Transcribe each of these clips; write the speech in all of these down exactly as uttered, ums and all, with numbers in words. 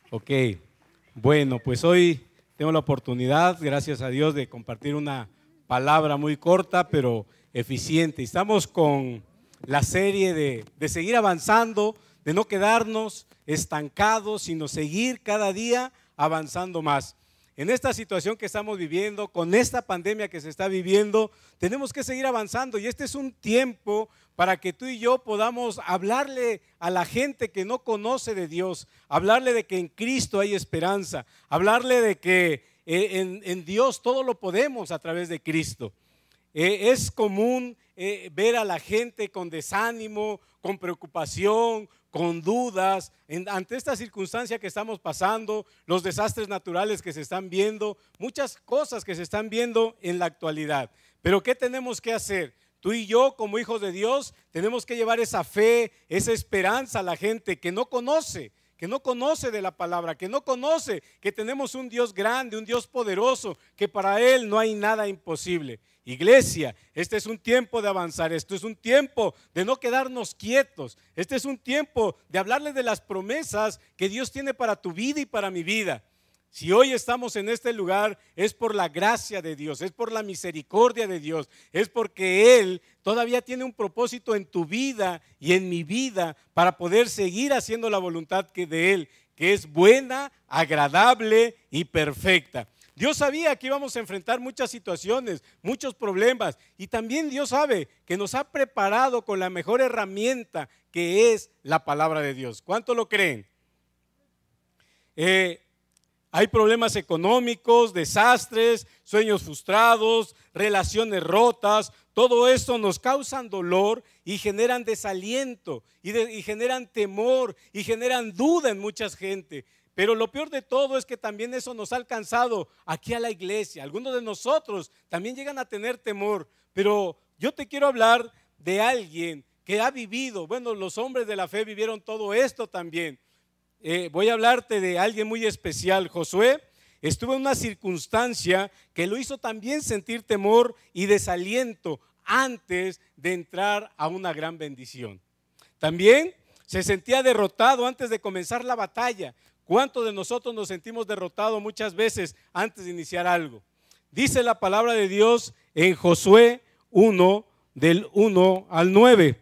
Ok, bueno, pues hoy tengo la oportunidad, gracias a Dios, de compartir una palabra muy corta, pero eficiente. Estamos con la serie de, de seguir avanzando, de no quedarnos estancados, sino seguir cada día avanzando más. En esta situación que estamos viviendo, con esta pandemia que se está viviendo, tenemos que seguir avanzando y este es un tiempo para que tú y yo podamos hablarle a la gente que no conoce de Dios, hablarle de que en Cristo hay esperanza, hablarle de que en, en Dios todo lo podemos a través de Cristo. Eh, es común eh, ver a la gente con desánimo, con preocupación, con dudas, en, ante esta circunstancia que estamos pasando, los desastres naturales que se están viendo, muchas cosas que se están viendo en la actualidad. Pero ¿qué tenemos que hacer? Tú y yo, como hijos de Dios, tenemos que llevar esa fe, esa esperanza a la gente que no conoce, que no conoce de la palabra, que no conoce que tenemos un Dios grande, un Dios poderoso, que para Él no hay nada imposible. Iglesia, este es un tiempo de avanzar, esto es un tiempo de no quedarnos quietos, este es un tiempo de hablarle de las promesas que Dios tiene para tu vida y para mi vida. Si hoy estamos en este lugar es por la gracia de Dios, es por la misericordia de Dios, es porque Él todavía tiene un propósito en tu vida y en mi vida para poder seguir haciendo la voluntad que de Él, que es buena, agradable y perfecta. Dios sabía que íbamos a enfrentar muchas situaciones, muchos problemas, y también Dios sabe que nos ha preparado con la mejor herramienta que es la palabra de Dios. ¿Cuánto lo creen? Eh, Hay problemas económicos, desastres, sueños frustrados, relaciones rotas. Todo esto nos causan dolor y generan desaliento y, de, y generan temor y generan duda en mucha gente. Pero lo peor de todo es que también eso nos ha alcanzado aquí a la iglesia. Algunos de nosotros también llegan a tener temor. Pero yo te quiero hablar de alguien que ha vivido. Bueno, los hombres de la fe vivieron todo esto también. Eh, voy a hablarte de alguien muy especial. Josué estuvo en una circunstancia que lo hizo también sentir temor y desaliento antes de entrar a una gran bendición. También se sentía derrotado antes de comenzar la batalla. ¿Cuántos de nosotros nos sentimos derrotados muchas veces antes de iniciar algo? Dice la palabra de Dios en Josué uno, del uno al nueve.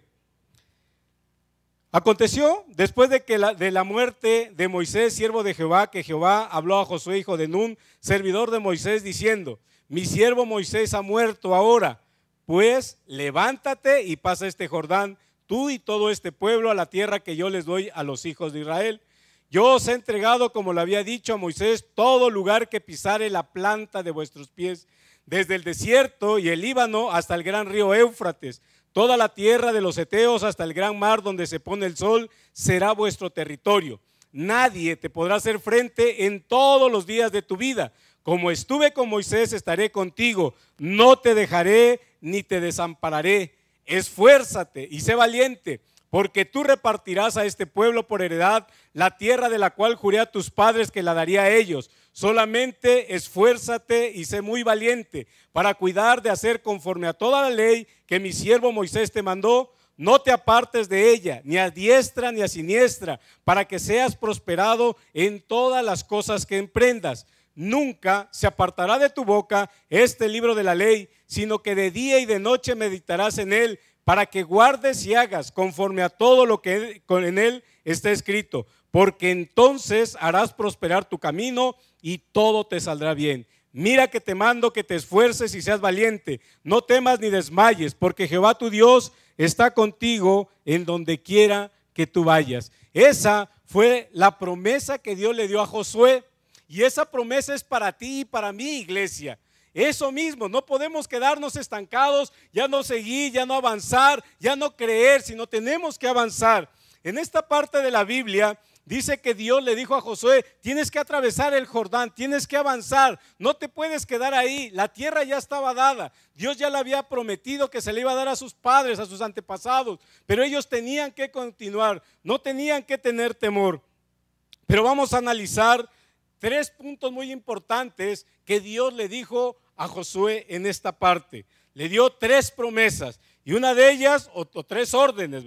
Aconteció después de, que la, de la muerte de Moisés, siervo de Jehová, que Jehová habló a Josué, hijo de Nun, servidor de Moisés, diciendo: mi siervo Moisés ha muerto ahora, pues levántate y pasa este Jordán, tú y todo este pueblo, a la tierra que yo les doy a los hijos de Israel. Yo os he entregado, como lo había dicho a Moisés, todo lugar que pisare la planta de vuestros pies, desde el desierto y el Líbano hasta el gran río Éufrates. Toda la tierra de los heteos hasta el gran mar donde se pone el sol será vuestro territorio. Nadie te podrá hacer frente en todos los días de tu vida. Como estuve con Moisés, estaré contigo. No te dejaré ni te desampararé. Esfuérzate y sé valiente, porque tú repartirás a este pueblo por heredad la tierra de la cual juré a tus padres que la daría a ellos. Solamente esfuérzate y sé muy valiente para cuidar de hacer conforme a toda la ley que mi siervo Moisés te mandó. No te apartes de ella, ni a diestra ni a siniestra, para que seas prosperado en todas las cosas que emprendas. Nunca se apartará de tu boca este libro de la ley, sino que de día y de noche meditarás en él, para que guardes y hagas conforme a todo lo que en él está escrito, porque entonces harás prosperar tu camino y todo te saldrá bien. Mira que te mando que te esfuerces y seas valiente, no temas ni desmayes, porque Jehová tu Dios está contigo en donde quiera que tú vayas. Esa fue la promesa que Dios le dio a Josué, y esa promesa es para ti y para mí, iglesia. Eso mismo, no podemos quedarnos estancados, ya no seguir, ya no avanzar, ya no creer, sino tenemos que avanzar. En esta parte de la Biblia dice que Dios le dijo a Josué: tienes que atravesar el Jordán, tienes que avanzar, no te puedes quedar ahí. La tierra ya estaba dada, Dios ya le había prometido que se le iba a dar a sus padres, a sus antepasados, pero ellos tenían que continuar, no tenían que tener temor. Pero vamos a analizar tres puntos muy importantes que Dios le dijo a Josué en esta parte. Le dio tres promesas y una de ellas, o, o tres órdenes, ¿verdad?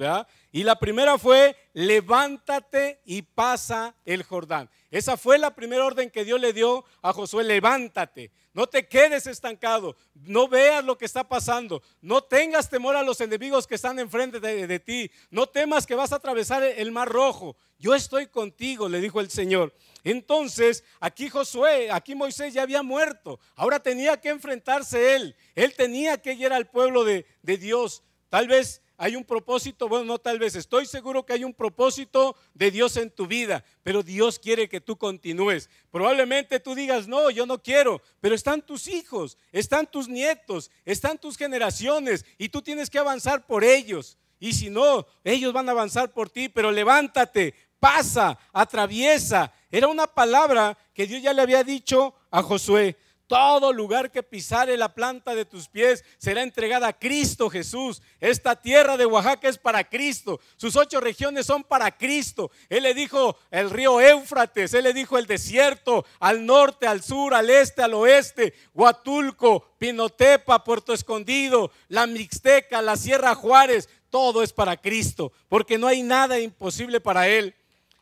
Y la primera fue: levántate y pasa el Jordán. Esa fue la primera orden que Dios le dio a Josué: levántate. No te quedes estancado, no veas lo que está pasando, no tengas temor a los enemigos que están enfrente de, de ti, no temas que vas a atravesar el mar rojo. Yo estoy contigo, le dijo el Señor. Entonces, aquí Josué, aquí Moisés ya había muerto, ahora tenía que enfrentarse él, él tenía que ir al pueblo de, de Dios. Tal vez hay un propósito, bueno, no tal vez, estoy seguro que hay un propósito de Dios en tu vida, pero Dios quiere que tú continúes. Probablemente tú digas: no, yo no quiero, pero están tus hijos, están tus nietos, están tus generaciones y tú tienes que avanzar por ellos. Y si no, ellos van a avanzar por ti, pero levántate, pasa, atraviesa. Era una palabra que Dios ya le había dicho a Josué: todo lugar que pisare la planta de tus pies será entregada a Cristo Jesús. Esta tierra de Oaxaca es para Cristo. Sus ocho regiones son para Cristo. Él le dijo el río Éufrates, él le dijo el desierto, al norte, al sur, al este, al oeste, Huatulco, Pinotepa, Puerto Escondido, la Mixteca, la Sierra Juárez. Todo es para Cristo, porque no hay nada imposible para Él.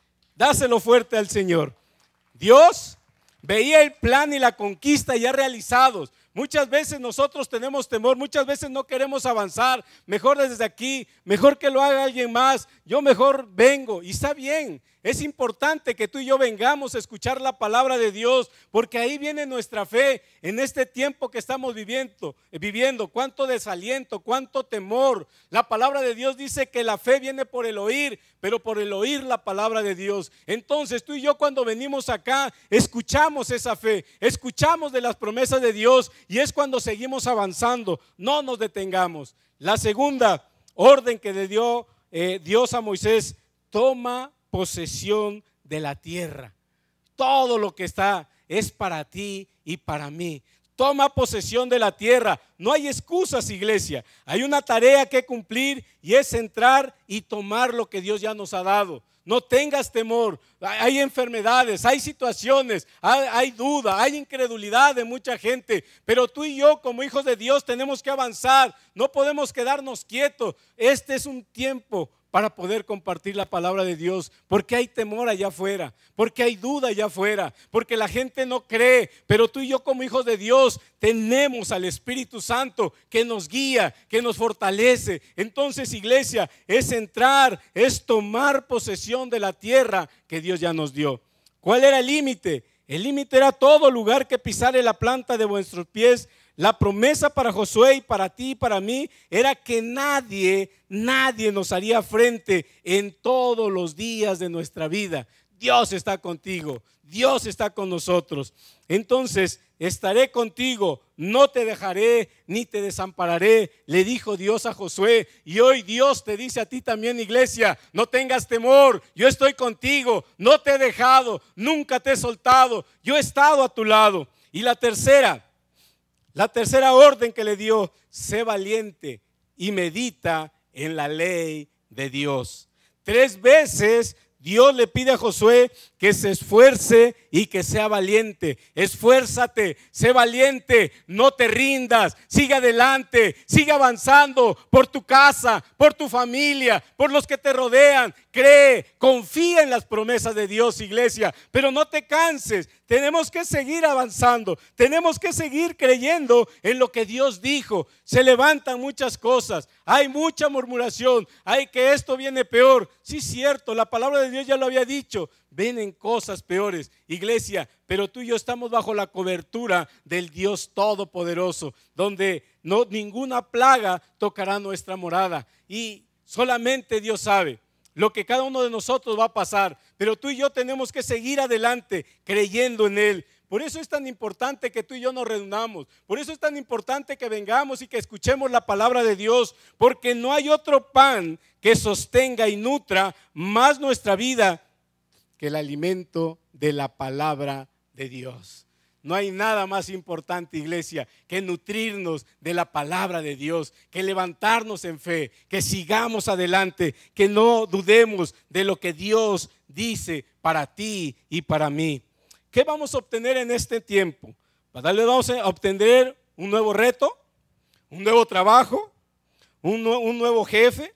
Dáselo fuerte al Señor. Dios veía el plan y la conquista ya realizados. Muchas veces nosotros tenemos temor, muchas veces no queremos avanzar. Mejor desde aquí, mejor que lo haga alguien más, yo mejor vengo. Y está bien, es importante que tú y yo vengamos a escuchar la palabra de Dios, porque ahí viene nuestra fe en este tiempo que estamos viviendo, viviendo. Cuánto desaliento, cuánto temor. La palabra de Dios dice que la fe viene por el oír, pero por el oír la palabra de Dios. Entonces tú y yo, cuando venimos acá, escuchamos esa fe, escuchamos de las promesas de Dios, y es cuando seguimos avanzando. No nos detengamos. La segunda orden que le dio eh, Dios a Moisés: toma posesión de la tierra. Todo lo que está es para ti y para mí. Toma posesión de la tierra. No hay excusas, iglesia. Hay una tarea que cumplir, y es entrar y tomar lo que Dios ya nos ha dado. No tengas temor. Hay enfermedades, hay situaciones, hay, hay duda, hay incredulidad de mucha gente, pero tú y yo, como hijos de Dios, tenemos que avanzar. No podemos quedarnos quietos. Este es un tiempo para poder compartir la palabra de Dios, porque hay temor allá afuera, porque hay duda allá afuera, porque la gente no cree. Pero tú y yo, como hijos de Dios, tenemos al Espíritu Santo que nos guía, que nos fortalece. Entonces, iglesia, es entrar, es tomar posesión de la tierra que Dios ya nos dio. ¿Cuál era el límite? El límite era: todo lugar que pisare la planta de vuestros pies. La promesa para Josué y para ti y para mí era que nadie, nadie nos haría frente en todos los días de nuestra vida. Dios está contigo, Dios está con nosotros. Entonces, estaré contigo, no te dejaré ni te desampararé, le dijo Dios a Josué. Y hoy Dios te dice a ti también, iglesia: no tengas temor, yo estoy contigo, no te he dejado, nunca te he soltado, yo he estado a tu lado. Y la tercera, La tercera orden que le dio: sé valiente y medita en la ley de Dios. Tres veces Dios le pide a Josué que se esfuerce y que sea valiente. Esfuérzate, sé valiente, no te rindas, sigue adelante, sigue avanzando por tu casa, por tu familia, por los que te rodean. Cree, confía en las promesas de Dios, iglesia, pero no te canses. Tenemos que seguir avanzando, tenemos que seguir creyendo en lo que Dios dijo. Se levantan muchas cosas, hay mucha murmuración, hay que esto viene peor. Sí, cierto, la palabra de Dios ya lo había dicho. Vienen cosas peores, iglesia, pero tú y yo estamos bajo la cobertura del Dios Todopoderoso, donde no, ninguna plaga tocará nuestra morada, y solamente Dios sabe lo que cada uno de nosotros va a pasar, pero tú y yo tenemos que seguir adelante creyendo en Él. Por eso es tan importante que tú y yo nos reunamos, por eso es tan importante que vengamos y que escuchemos la palabra de Dios, porque no hay otro pan que sostenga y nutra más nuestra vida que el alimento de la palabra de Dios. No hay nada más importante, iglesia, que nutrirnos de la palabra de Dios, que levantarnos en fe, que sigamos adelante, que no dudemos de lo que Dios dice para ti y para mí. ¿Qué vamos a obtener en este tiempo? Vamos a obtener un nuevo reto, un nuevo trabajo, un, un nuevo jefe,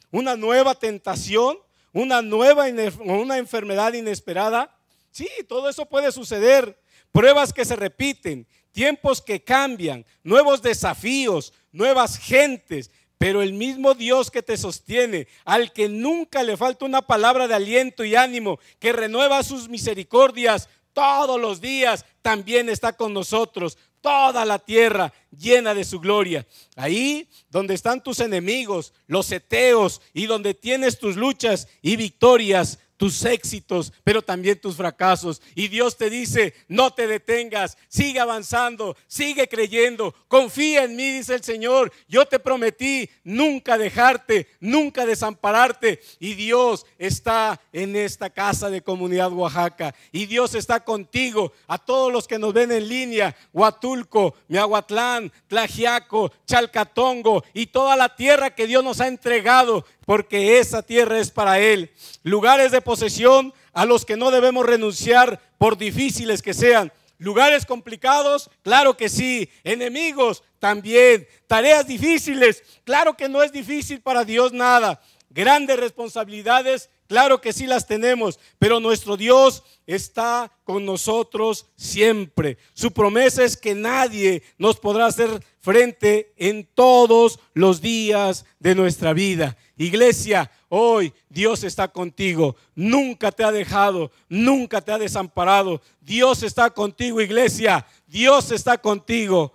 una nueva tentación, una nueva una enfermedad inesperada. Sí, todo eso puede suceder. Pruebas que se repiten, tiempos que cambian, nuevos desafíos, nuevas gentes. Pero el mismo Dios que te sostiene, al que nunca le falta una palabra de aliento y ánimo, que renueva sus misericordias todos los días, también está con nosotros. Toda la tierra llena de su gloria. Ahí donde están tus enemigos, los heteos, y donde tienes tus luchas y victorias, tus éxitos, pero también tus fracasos. Y Dios te dice: no te detengas, sigue avanzando, sigue creyendo, confía en mí, dice el Señor. Yo te prometí nunca dejarte, nunca desampararte. Y Dios está en esta casa de Comunidad Oaxaca, y Dios está contigo. A todos los que nos ven en línea, Huatulco, Miahuatlán, Tlaxiaco, Chalcatongo y toda la tierra que Dios nos ha entregado, porque esa tierra es para Él. Lugares de posesión a los que no debemos renunciar por difíciles que sean. Lugares complicados, claro que sí. Enemigos también. Tareas difíciles, claro que no es difícil para Dios nada. Grandes responsabilidades, claro que sí las tenemos, pero nuestro Dios está con nosotros siempre. Su promesa es que nadie nos podrá hacer frente en todos los días de nuestra vida. Iglesia, hoy Dios está contigo, nunca te ha dejado, nunca te ha desamparado. Dios está contigo, iglesia, Dios está contigo.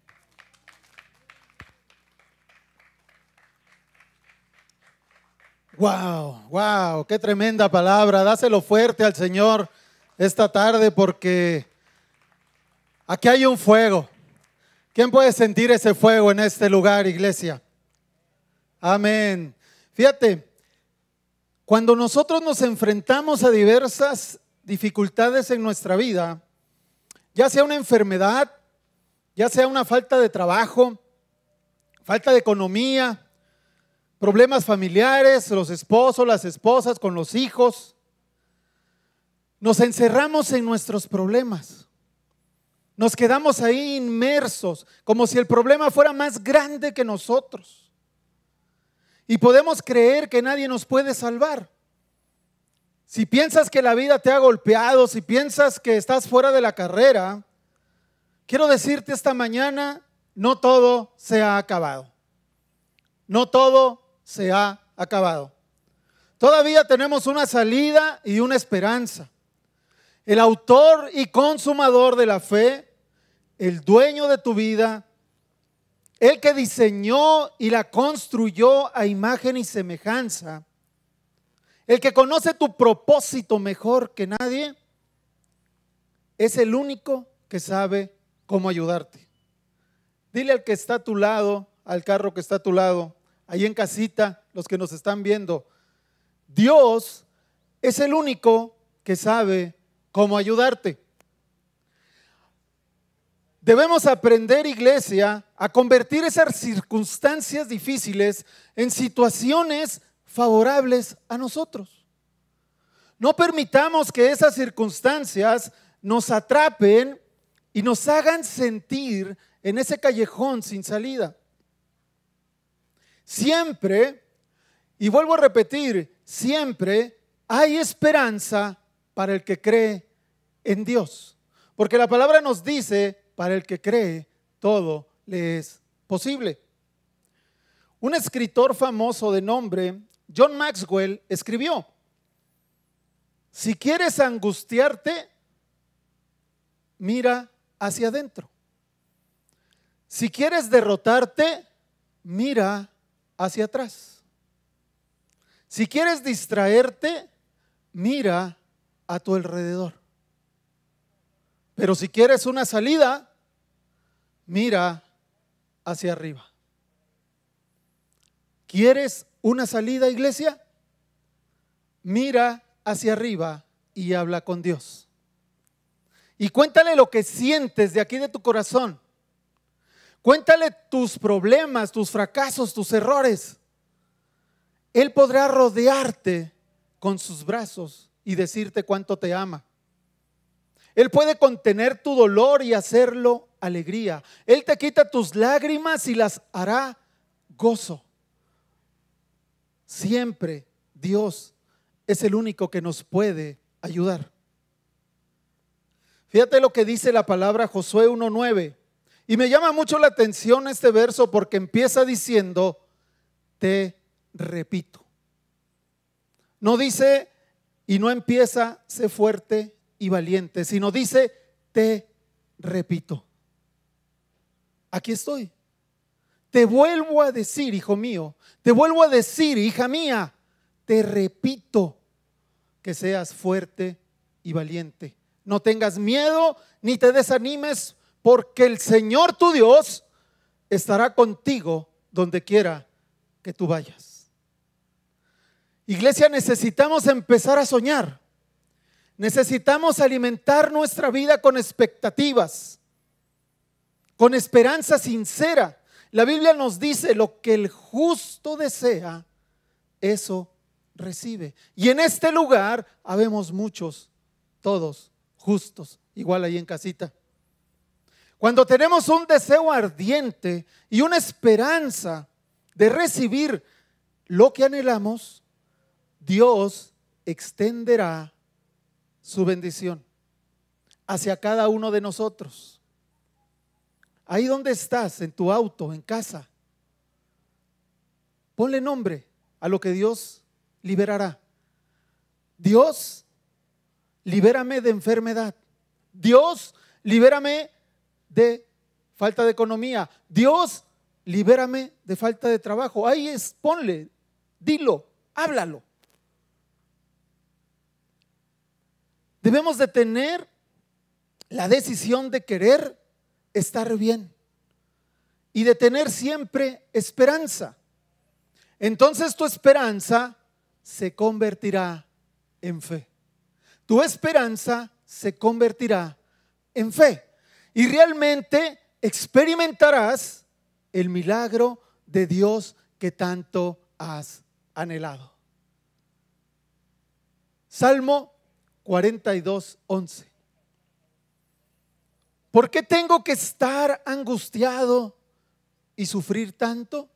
Wow, wow, qué tremenda palabra. Dáselo fuerte al Señor esta tarde, porque aquí hay un fuego. ¿Quién puede sentir ese fuego en este lugar, iglesia? Amén. Fíjate, cuando nosotros nos enfrentamos a diversas dificultades en nuestra vida, ya sea una enfermedad, ya sea una falta de trabajo, falta de economía, problemas familiares, los esposos, las esposas con los hijos, nos encerramos en nuestros problemas. Nos quedamos ahí inmersos, como si el problema fuera más grande que nosotros. Y podemos creer que nadie nos puede salvar. Si piensas que la vida te ha golpeado, si piensas que estás fuera de la carrera, quiero decirte esta mañana, no todo se ha acabado. No todo se ha acabado. Todavía tenemos una salida y una esperanza. El autor y consumador de la fe, el dueño de tu vida, el que diseñó y la construyó a imagen y semejanza, el que conoce tu propósito mejor que nadie, es el único que sabe cómo ayudarte. Dile al que está a tu lado, al carro que está a tu lado, ahí en casita, los que nos están viendo, Dios es el único que sabe cómo ayudarte. Debemos aprender, iglesia, a convertir esas circunstancias difíciles en situaciones favorables a nosotros. No permitamos que esas circunstancias nos atrapen y nos hagan sentir en ese callejón sin salida. Siempre, y vuelvo a repetir, siempre hay esperanza para el que cree en Dios. Porque la palabra nos dice, para el que cree, todo le es posible. Un escritor famoso de nombre John Maxwell escribió: si quieres angustiarte, mira hacia adentro. Si quieres derrotarte, mira hacia atrás. Si quieres distraerte, mira a tu alrededor. Pero si quieres una salida, mira hacia arriba. ¿Quieres una salida, iglesia? Mira hacia arriba y habla con Dios. Y cuéntale lo que sientes de aquí de tu corazón. Cuéntale tus problemas, tus fracasos, tus errores. Él podrá rodearte con sus brazos y decirte cuánto te ama. Él puede contener tu dolor y hacerlo alegría. Él te quita tus lágrimas y las hará gozo. siempre Dios es el único que nos puede ayudar. Fíjate lo que dice la palabra Josué uno nueve. Y me llama mucho la atención este verso porque empieza diciendo, te repito. No dice, y no empieza, sé fuerte y valiente, sino dice, te repito. Aquí estoy. Te vuelvo a decir, hijo mío, te vuelvo a decir, hija mía, te repito que seas fuerte y valiente. No tengas miedo ni te desanimes, porque el Señor tu Dios estará contigo donde quiera que tú vayas. Iglesia, necesitamos empezar a soñar. Necesitamos alimentar nuestra vida con expectativas, con esperanza sincera. La Biblia nos dice, lo que el justo desea, eso recibe. Y en este lugar habemos muchos, todos justos, igual ahí en casita. Cuando tenemos un deseo ardiente y una esperanza de recibir lo que anhelamos, Dios extenderá su bendición hacia cada uno de nosotros. Ahí donde estás, en tu auto, en casa, ponle nombre a lo que Dios liberará. Dios, libérame de enfermedad. Dios, libérame de falta de economía. Dios, libérame de falta de trabajo. Ahí es, ponle, dilo, háblalo. Debemos de tener la decisión de querer estar bien y de tener siempre esperanza. Entonces tu esperanza se convertirá en fe. Tu esperanza se convertirá en fe. Y realmente experimentarás el milagro de Dios que tanto has anhelado. Salmo cuarenta y dos, once. ¿Por qué tengo que estar angustiado y sufrir tanto?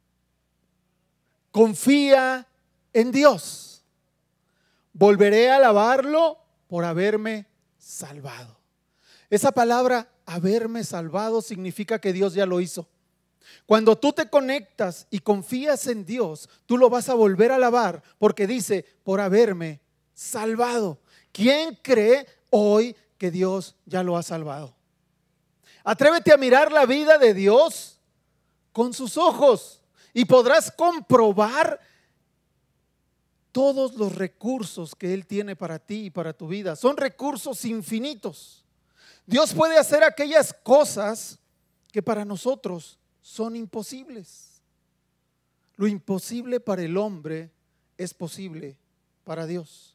Confía en Dios. Volveré a alabarlo por haberme salvado. Esa palabra, haberme salvado, significa que Dios ya lo hizo. Cuando tú te conectas y confías en Dios, tú lo vas a volver a alabar porque dice, por haberme salvado. ¿Quién cree hoy que Dios ya lo ha salvado? Atrévete a mirar la vida de Dios con sus ojos y podrás comprobar todos los recursos que Él tiene para ti y para tu vida. Son recursos infinitos. Dios puede hacer aquellas cosas que para nosotros son imposibles. Lo imposible para el hombre es posible para Dios.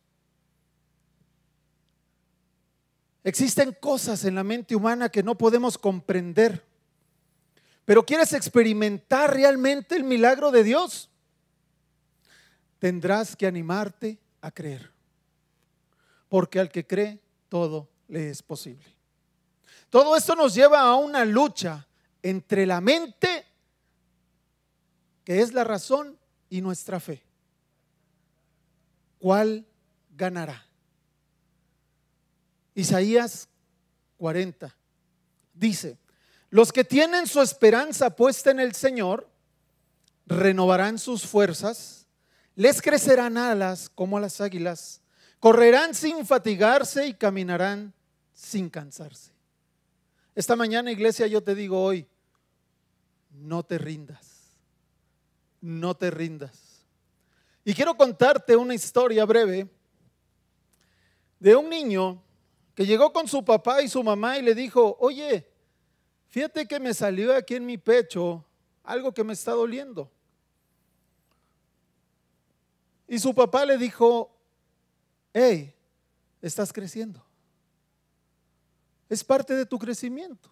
Existen cosas en la mente humana que no podemos comprender, pero ¿quieres experimentar realmente el milagro de Dios? Tendrás que animarte a creer, porque al que cree todo le es posible. Todo esto nos lleva a una lucha entre la mente, que es la razón, y nuestra fe. ¿Cuál ganará? Isaías cuarenta dice, los que tienen su esperanza puesta en el Señor renovarán sus fuerzas, les crecerán alas como a las águilas, correrán sin fatigarse y caminarán sin cansarse. Esta mañana, iglesia, yo te digo hoy, no te rindas, no te rindas. Y quiero contarte una historia breve de un niño que llegó con su papá y su mamá y le dijo, oye, fíjate que me salió aquí en mi pecho algo que me está doliendo. Y su papá le dijo, hey, estás creciendo. Es parte de tu crecimiento.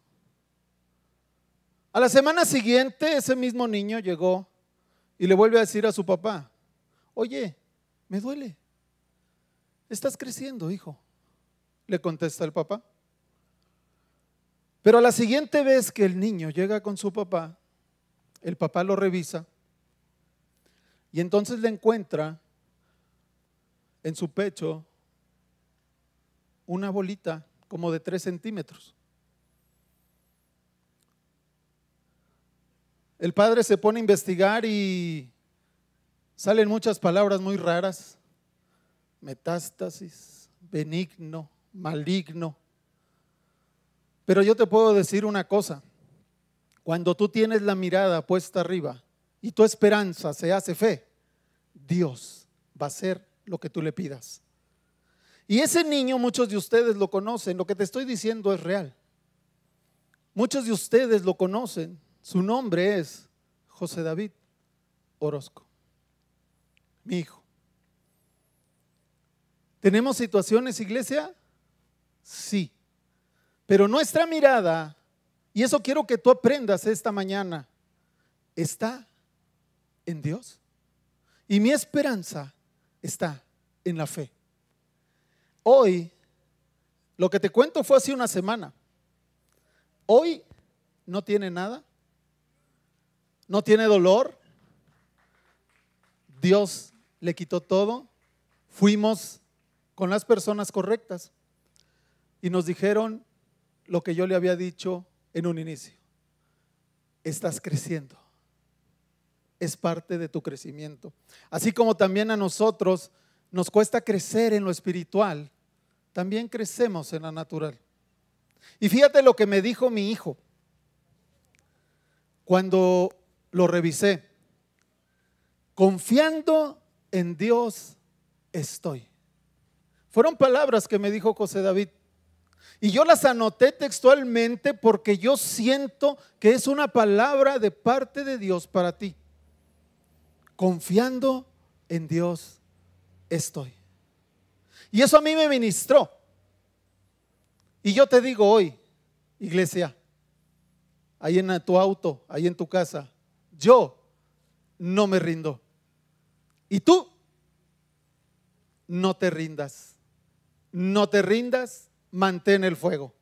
A la semana siguiente, ese mismo niño llegó y le vuelve a decir a su papá, oye, me duele. Estás creciendo, hijo, le contesta el papá. Pero a la siguiente vez que el niño llega con su papá, el papá lo revisa, Y entonces le encuentra en su pecho una bolita como de tres centímetros. El padre se pone a investigar y salen muchas palabras muy raras: metástasis, benigno, maligno. Pero yo te puedo decir una cosa: cuando tú tienes la mirada puesta arriba y tu esperanza se hace fe, Dios va a hacer lo que tú le pidas. Y ese niño, muchos de ustedes lo conocen. Lo que te estoy diciendo es real. Muchos de ustedes lo conocen. Su nombre es José David Orozco, mi hijo. ¿Tenemos situaciones, iglesia? Sí. Pero nuestra mirada, y eso quiero que tú aprendas esta mañana, está en Dios. Y mi esperanza está en la fe. Hoy, lo que te cuento fue hace una semana. Hoy no tiene nada, no tiene dolor. Dios le quitó todo. Fuimos con las personas correctas y nos dijeron lo que yo le había dicho en un inicio: estás creciendo, es parte de tu crecimiento. Así como también a nosotros nos cuesta crecer en lo espiritual, también crecemos en lo natural. Y fíjate lo que me dijo mi hijo cuando lo revisé: confiando en Dios estoy. Fueron palabras que me dijo José David. Y yo las anoté textualmente porque yo siento que es una palabra de parte de Dios para ti. Confiando en Dios estoy. Y eso a mí me ministró. Y yo te digo hoy, iglesia, ahí en tu auto, ahí en tu casa, yo no me rindo. Y tú no te rindas. No te rindas, mantén el fuego.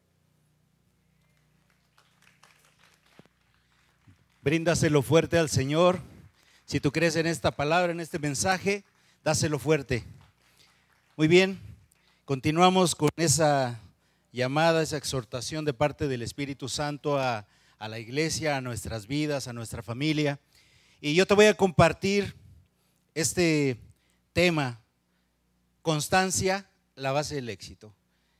Bríndaselo fuerte al Señor. Si tú crees en esta palabra, en este mensaje, dáselo fuerte. Muy bien, continuamos con esa llamada, esa exhortación de parte del Espíritu Santo a, a la iglesia, a nuestras vidas, a nuestra familia. Y yo te voy a compartir este tema: constancia, la base del éxito.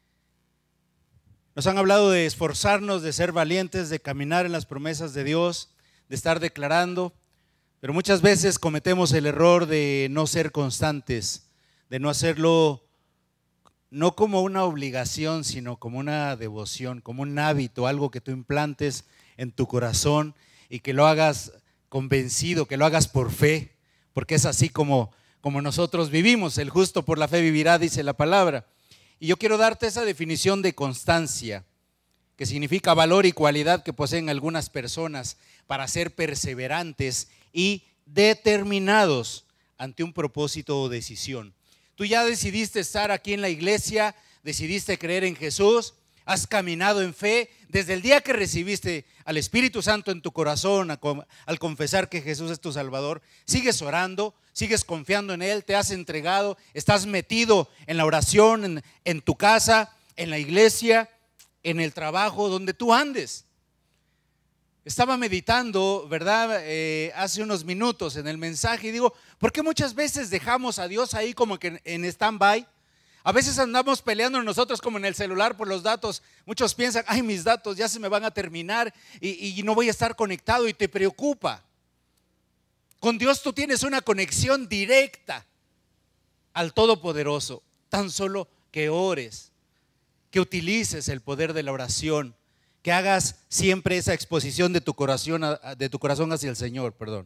Nos han hablado de esforzarnos, de ser valientes, de caminar en las promesas de Dios, de estar declarando, pero muchas veces cometemos el error de no ser constantes, de no hacerlo no como una obligación, sino como una devoción, como un hábito, algo que tú implantes en tu corazón y que lo hagas convencido, que lo hagas por fe, porque es así como, como nosotros vivimos. El justo por la fe vivirá, dice la palabra. Y yo quiero darte esa definición de constancia, que significa valor y cualidad que poseen algunas personas para ser perseverantes y determinados ante un propósito o decisión. Tú ya decidiste estar aquí en la iglesia, decidiste creer en Jesús, has caminado en fe desde el día que recibiste al Espíritu Santo en tu corazón, al confesar que Jesús es tu Salvador. Sigues orando, sigues confiando en Él, te has entregado, estás metido en la oración, en, en tu casa, en la iglesia, en el trabajo, donde tú andes. Estaba meditando, ¿verdad? Eh, hace unos minutos en el mensaje y digo, ¿por qué muchas veces dejamos a Dios ahí como que en stand-by? A veces andamos peleando nosotros como en el celular por los datos. Muchos piensan, ay, mis datos ya se me van a terminar y, y no voy a estar conectado, y te preocupa. Con Dios tú tienes una conexión directa al Todopoderoso. Tan solo que ores, que utilices el poder de la oración, que hagas siempre esa exposición de tu corazón, de tu corazón hacia el Señor, perdón.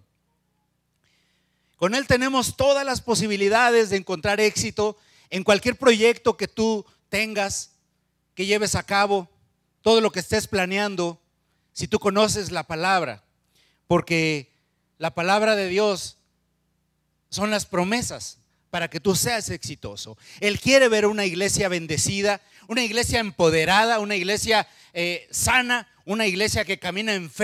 Con Él tenemos todas las posibilidades de encontrar éxito en cualquier proyecto que tú tengas, que lleves a cabo, todo lo que estés planeando, si tú conoces la palabra, porque la palabra de Dios son las promesas para que tú seas exitoso. Él quiere ver una iglesia bendecida, una iglesia empoderada, una iglesia eh, sana, una iglesia que camina en fe, que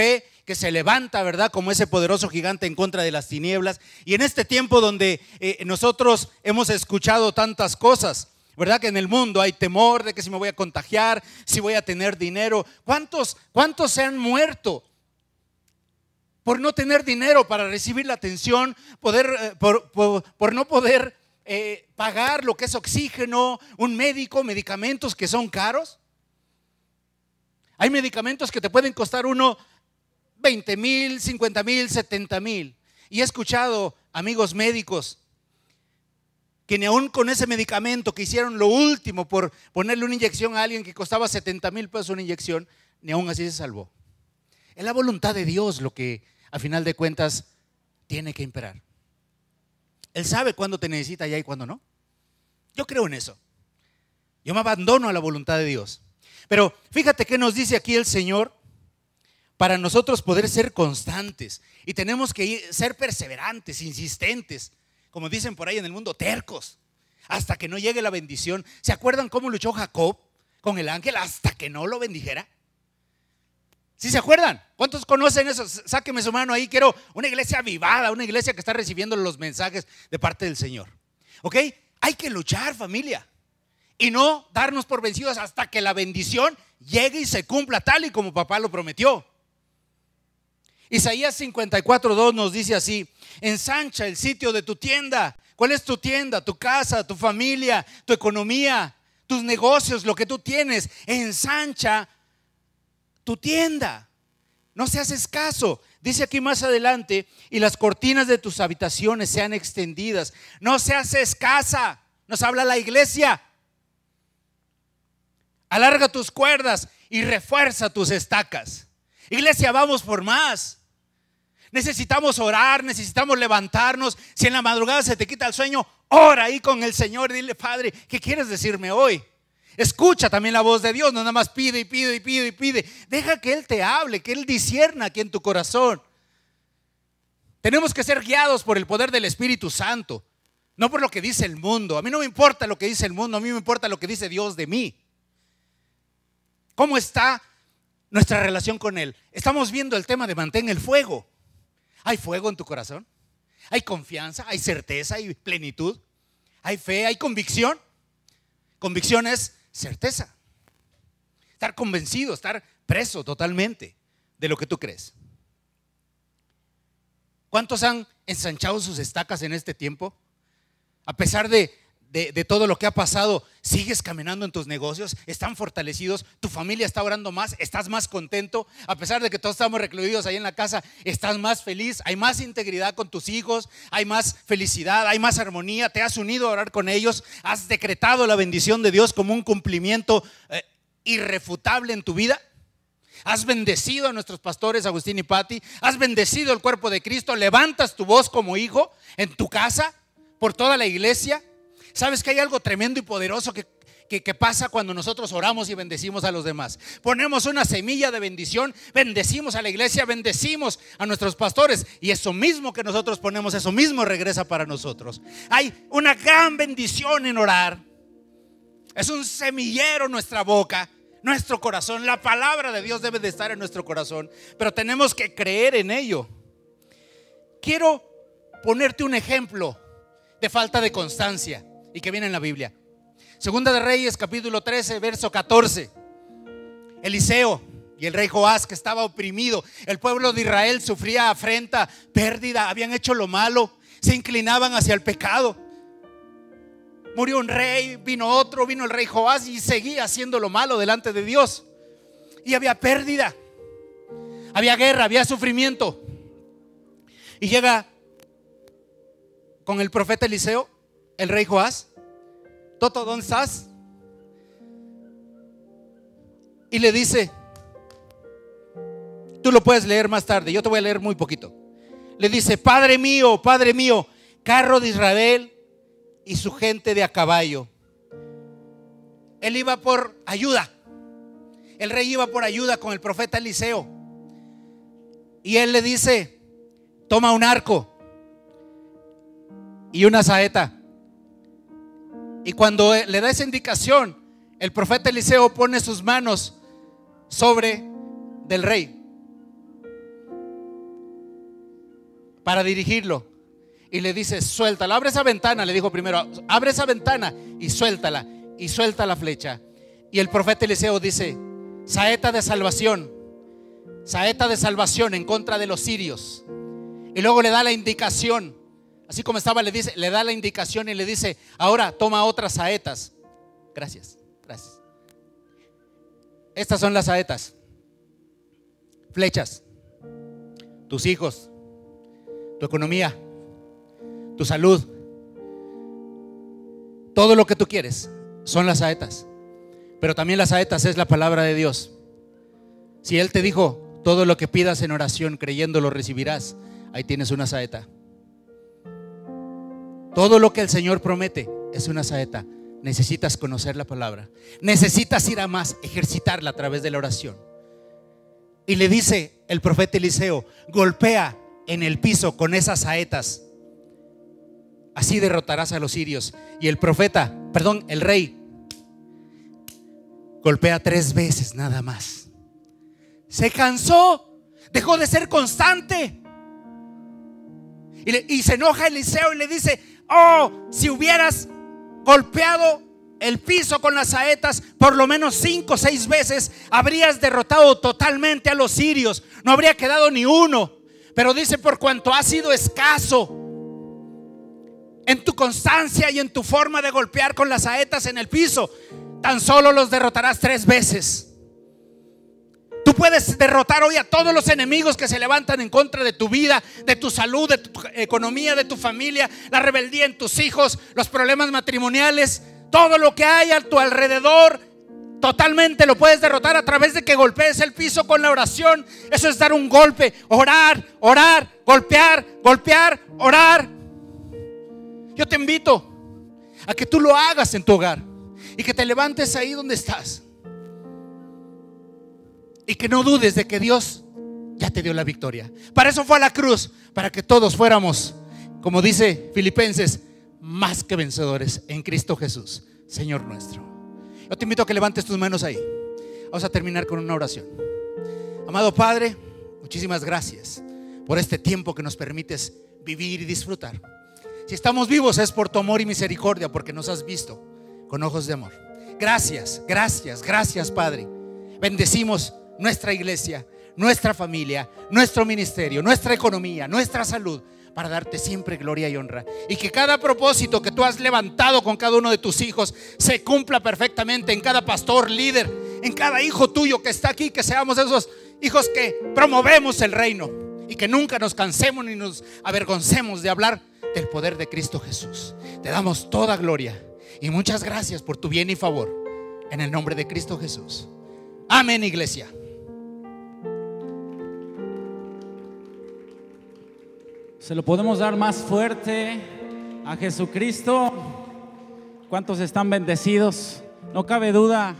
que se levanta, ¿verdad? Como ese poderoso gigante en contra de las tinieblas. Y en este tiempo donde eh, nosotros hemos escuchado tantas cosas, ¿verdad? Que en el mundo hay temor de que si me voy a contagiar, si voy a tener dinero. ¿Cuántos, cuántos se han muerto por no tener dinero para recibir la atención, poder, eh, por, por, por no poder eh, pagar lo que es oxígeno, un médico, medicamentos que son caros? Hay medicamentos que te pueden costar uno veinte mil, cincuenta mil, setenta mil. Y he escuchado amigos médicos que ni aún con ese medicamento que hicieron lo último por ponerle una inyección a alguien que costaba setenta mil pesos una inyección, ni aún así se salvó. Es la voluntad de Dios lo que a final de cuentas tiene que imperar. Él sabe cuándo te necesita ya y cuándo no. Yo creo en eso. Yo me abandono a la voluntad de Dios. Pero fíjate qué nos dice aquí el Señor para nosotros poder ser constantes. Y tenemos que ir, ser perseverantes, insistentes, como dicen por ahí en el mundo, tercos, hasta que no llegue la bendición. ¿Se acuerdan cómo luchó Jacob con el ángel hasta que no lo bendijera? ¿Sí se acuerdan? ¿Cuántos conocen eso? Sáqueme su mano ahí. Quiero una iglesia avivada, una iglesia que está recibiendo los mensajes de parte del Señor. ¿Ok? Hay que luchar, familia, y no darnos por vencidos hasta que la bendición llegue y se cumpla tal y como papá lo prometió. Isaías cincuenta y cuatro, dos nos dice así: ensancha el sitio de tu tienda. ¿Cuál es tu tienda? Tu casa, tu familia, tu economía, tus negocios, lo que tú tienes. Ensancha tu tienda. No seas escaso. Dice aquí más adelante: y las cortinas de tus habitaciones sean extendidas. No seas escasa. Nos habla la iglesia. Alarga tus cuerdas y refuerza tus estacas. Iglesia, vamos por más. Necesitamos orar, necesitamos levantarnos. Si en la madrugada se te quita el sueño, ora ahí con el Señor y dile: Padre, ¿qué quieres decirme hoy? Escucha también la voz de Dios, no nada más pide y pide y pide y pide. Deja que Él te hable, que Él discierna aquí en tu corazón. Tenemos que ser guiados por el poder del Espíritu Santo, no por lo que dice el mundo. A mí no me importa lo que dice el mundo, a mí me importa lo que dice Dios de mí. ¿Cómo está nuestra relación con Él? Estamos viendo el tema de mantén el fuego. ¿Hay fuego en tu corazón? ¿Hay confianza? ¿Hay certeza? ¿Hay plenitud? ¿Hay fe? ¿Hay convicción? Convicción es certeza. Estar convencido, estar preso totalmente de lo que tú crees. ¿Cuántos han ensanchado sus estacas en este tiempo? A pesar de De, de todo lo que ha pasado, sigues caminando en tus negocios, están fortalecidos, tu familia está orando más, estás más contento. A pesar de que todos estamos recluidos ahí en la casa, estás más feliz, hay más integridad con tus hijos, hay más felicidad, hay más armonía. Te has unido a orar con ellos, has decretado la bendición de Dios como un cumplimiento eh, irrefutable en tu vida. Has bendecido a nuestros pastores Agustín y Pati, has bendecido el cuerpo de Cristo, levantas tu voz como hijo en tu casa, por toda la iglesia. ¿Sabes que hay algo tremendo y poderoso que, que, que pasa cuando nosotros oramos y bendecimos a los demás? Ponemos una semilla de bendición, bendecimos a la iglesia, bendecimos a nuestros pastores, y eso mismo que nosotros ponemos, eso mismo regresa para nosotros. Hay una gran bendición en orar. Es un semillero nuestra boca, nuestro corazón. La palabra de Dios debe de estar en nuestro corazón, pero tenemos que creer en ello. Quiero ponerte un ejemplo de falta de constancia y que viene en la Biblia. Segunda de Reyes, capítulo trece, verso catorce. Eliseo y el rey Joás, que estaba oprimido, el pueblo de Israel sufría afrenta, pérdida, habían hecho lo malo, se inclinaban hacia el pecado. Murió un rey, vino otro, vino el rey Joás y seguía haciendo lo malo delante de Dios. Y había pérdida, había guerra, había sufrimiento. Y llega con el profeta Eliseo, el rey Joás: Toto, ¿dónde estás? Y le dice, tú lo puedes leer más tarde, yo te voy a leer muy poquito. Le dice: Padre mío, Padre mío, carro de Israel y su gente de a caballo. Él iba por ayuda. El rey iba por ayuda con el profeta Eliseo. Y él le dice: toma un arco y una saeta. Y cuando le da esa indicación, el profeta Eliseo pone sus manos sobre del rey. para dirigirlo. Y le dice: suéltala, abre esa ventana. Le dijo primero: abre esa ventana y suéltala. Y suelta la flecha. Y el profeta Eliseo dice: saeta de salvación, saeta de salvación en contra de los sirios. Y luego le da la indicación, así como estaba, le dice, le da la indicación y le dice: ahora toma otras saetas. Gracias, gracias. Estas son las saetas, flechas. Tus hijos, tu economía, tu salud, todo lo que tú quieres son las saetas. Pero también las saetas es la palabra de Dios. Si Él te dijo: todo lo que pidas en oración creyendo lo recibirás, ahí tienes una saeta. Todo lo que el Señor promete es una saeta. Necesitas conocer la palabra, necesitas ir a más, ejercitarla a través de la oración. Y le dice el profeta Eliseo: golpea en el piso con esas saetas, así derrotarás a los sirios. Y el profeta, perdón, el rey golpea tres veces nada más. Se cansó, dejó de ser constante. Y, le, y se enoja Eliseo y le dice: oh, si hubieras golpeado el piso con las saetas por lo menos cinco o seis veces, habrías derrotado totalmente a los sirios, no habría quedado ni uno. Pero dice: por cuanto has sido escaso en tu constancia y en tu forma de golpear con las saetas en el piso, tan solo los derrotarás tres veces. Tú puedes derrotar hoy a todos los enemigos que se levantan en contra de tu vida, de tu salud, de tu economía, de tu familia, la rebeldía en tus hijos, los problemas matrimoniales, todo lo que hay a tu alrededor. Totalmente lo puedes derrotar a través de que golpees el piso con la oración. Eso es dar un golpe, orar, orar, golpear, golpear, orar. Yo te invito a que tú lo hagas en tu hogar y que te levantes ahí donde estás y que no dudes de que Dios ya te dio la victoria. Para eso fue a la cruz, para que todos fuéramos, como dice Filipenses, más que vencedores en Cristo Jesús, Señor nuestro. Yo te invito a que levantes tus manos ahí. Vamos a terminar con una oración. Amado Padre, muchísimas gracias por este tiempo que nos permites vivir y disfrutar. Si estamos vivos es por tu amor y misericordia, porque nos has visto con ojos de amor. Gracias, gracias, gracias, Padre. Bendecimos nuestra iglesia, nuestra familia, nuestro ministerio, nuestra economía, nuestra salud, para darte siempre gloria y honra. Y que cada propósito que tú has levantado con cada uno de tus hijos se cumpla perfectamente en cada pastor, líder, en cada hijo tuyo que está aquí. Que seamos esos hijos que promovemos el reino y que nunca nos cansemos ni nos avergoncemos de hablar del poder de Cristo Jesús. Te damos toda gloria y muchas gracias por tu bien y favor, en el nombre de Cristo Jesús. Amén, iglesia. Se lo podemos dar más fuerte a Jesucristo. ¿Cuántos están bendecidos? No cabe duda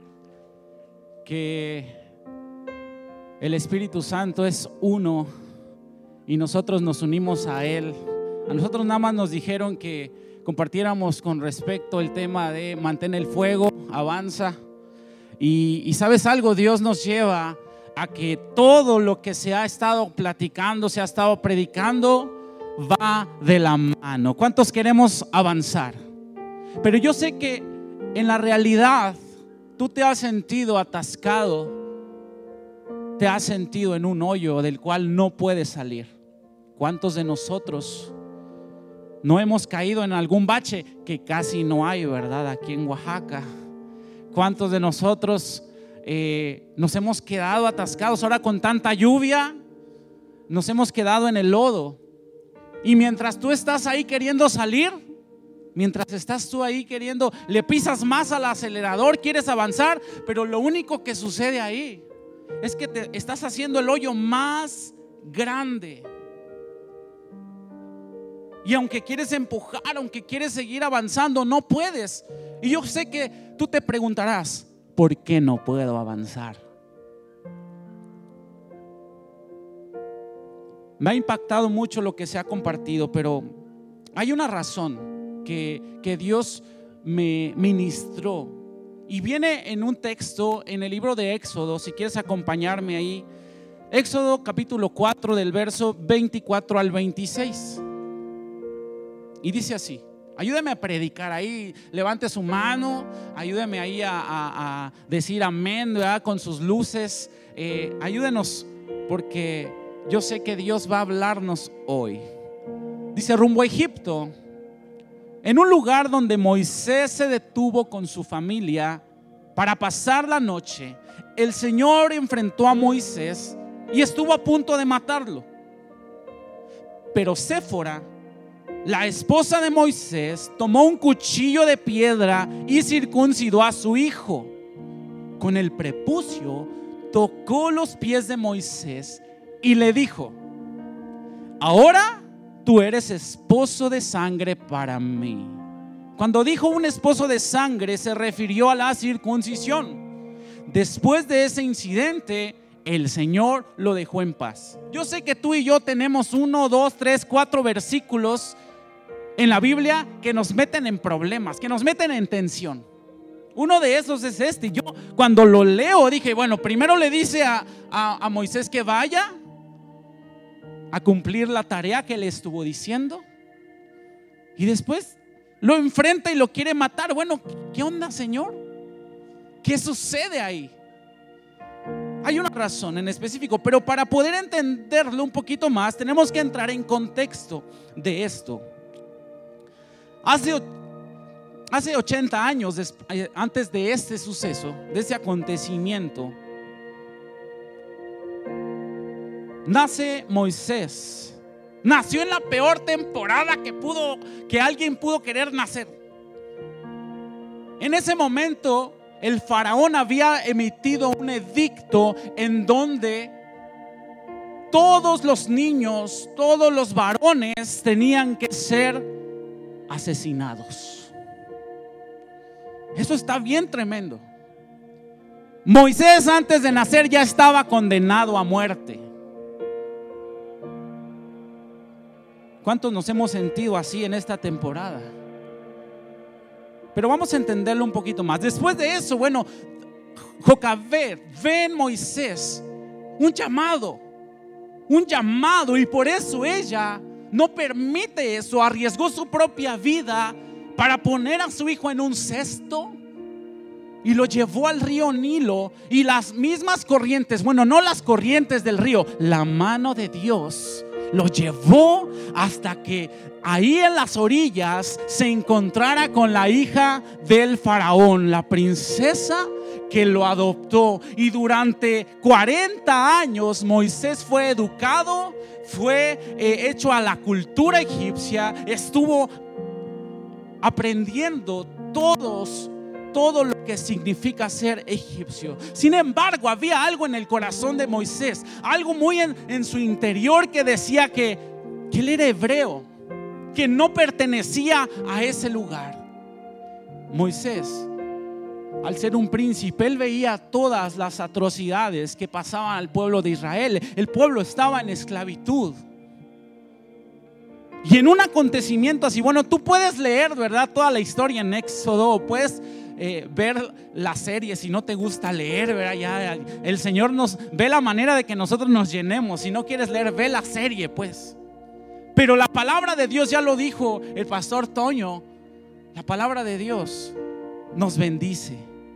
que el Espíritu Santo es uno y nosotros nos unimos a Él. A nosotros nada más nos dijeron que compartiéramos con respecto el tema de mantén el fuego, avanza. Y, y sabes algo, Dios nos lleva a que todo lo que se ha estado platicando, se ha estado predicando, va de la mano. ¿Cuántos queremos avanzar? Pero yo sé que en la realidad tú te has sentido atascado, te has sentido en un hoyo del cual no puedes salir. ¿Cuántos de nosotros no hemos caído en algún bache? Que casi no hay, ¿verdad? Aquí en Oaxaca. ¿Cuántos de nosotros eh, nos hemos quedado atascados ahora con tanta lluvia? Nos hemos quedado en el lodo. Y mientras tú estás ahí queriendo salir, mientras estás tú ahí queriendo, le pisas más al acelerador, quieres avanzar, pero lo único que sucede ahí es que te estás haciendo el hoyo más grande. Y aunque quieres empujar, aunque quieres seguir avanzando, no puedes. Y yo sé que tú te preguntarás, ¿por qué no puedo avanzar? Me ha impactado mucho lo que se ha compartido, pero hay una razón que, que Dios me ministró. Y viene en un texto en el libro de Éxodo. Si quieres acompañarme ahí, Éxodo capítulo cuatro del verso veinticuatro al veintiséis. Y dice así. Ayúdeme a predicar ahí, levante su mano, ayúdeme ahí a, a, a decir amén, ¿verdad? Con sus luces. Eh, ayúdenos, porque yo sé que Dios va a hablarnos hoy. Dice: rumbo a Egipto, en un lugar donde Moisés se detuvo con su familia para pasar la noche, el Señor enfrentó a Moisés y estuvo a punto de matarlo. Pero Séfora, la esposa de Moisés, tomó un cuchillo de piedra y circuncidó a su hijo. Con el prepucio tocó los pies de Moisés y le dijo: ahora tú eres esposo de sangre para mí. Cuando dijo un esposo de sangre, se refirió a la circuncisión. Después de ese incidente, el Señor lo dejó en paz. Yo sé que tú y yo tenemos uno, dos, tres, cuatro versículos en la Biblia que nos meten en problemas, que nos meten en tensión. Uno de esos es este. Yo cuando lo leo dije, bueno, primero le dice a, a, a Moisés que vaya a cumplir la tarea que le estuvo diciendo, y después lo enfrenta y lo quiere matar. Bueno, ¿qué onda, Señor? ¿Qué sucede ahí? Hay una razón en específico, pero para poder entenderlo un poquito más tenemos que entrar en contexto de esto. Hace, hace ochenta años antes de este suceso, de ese acontecimiento, nace Moisés. Nació en la peor temporada que pudo, que alguien pudo querer nacer. En ese momento el faraón había emitido un edicto en donde todos los niños, todos los varones tenían que ser asesinados. Eso está bien tremendo. Moisés antes de nacer ya estaba condenado a muerte. ¿Cuántos nos hemos sentido así en esta temporada? Pero vamos a entenderlo un poquito más. Después de eso, bueno, Jocabed ve en Moisés un llamado, un llamado, y por eso ella no permite eso. Arriesgó su propia vida para poner a su hijo en un cesto y lo llevó al río Nilo, y las mismas corrientes, bueno, no las corrientes del río, la mano de Dios lo llevó hasta que ahí en las orillas se encontrara con la hija del faraón, la princesa que lo adoptó. Y durante cuarenta años Moisés fue educado, fue eh, hecho a la cultura egipcia, estuvo aprendiendo todos todo lo que significa ser egipcio. Sin embargo, había algo en el corazón de Moisés, algo muy en, en su interior que decía que, que él era hebreo, que no pertenecía a ese lugar. Moisés, al ser un príncipe, él veía todas las atrocidades que pasaban al pueblo de Israel. El pueblo estaba en esclavitud. Y en un acontecimiento así, bueno, tú puedes leer, ¿verdad?, toda la historia en Éxodo, o puedes eh, ver la serie si no te gusta leer, ¿verdad? Ya el Señor nos ve la manera de que nosotros nos llenemos. Si no quieres leer, ve la serie, pues. Pero la palabra de Dios, ya lo dijo el pastor Toño, la palabra de Dios nos bendice.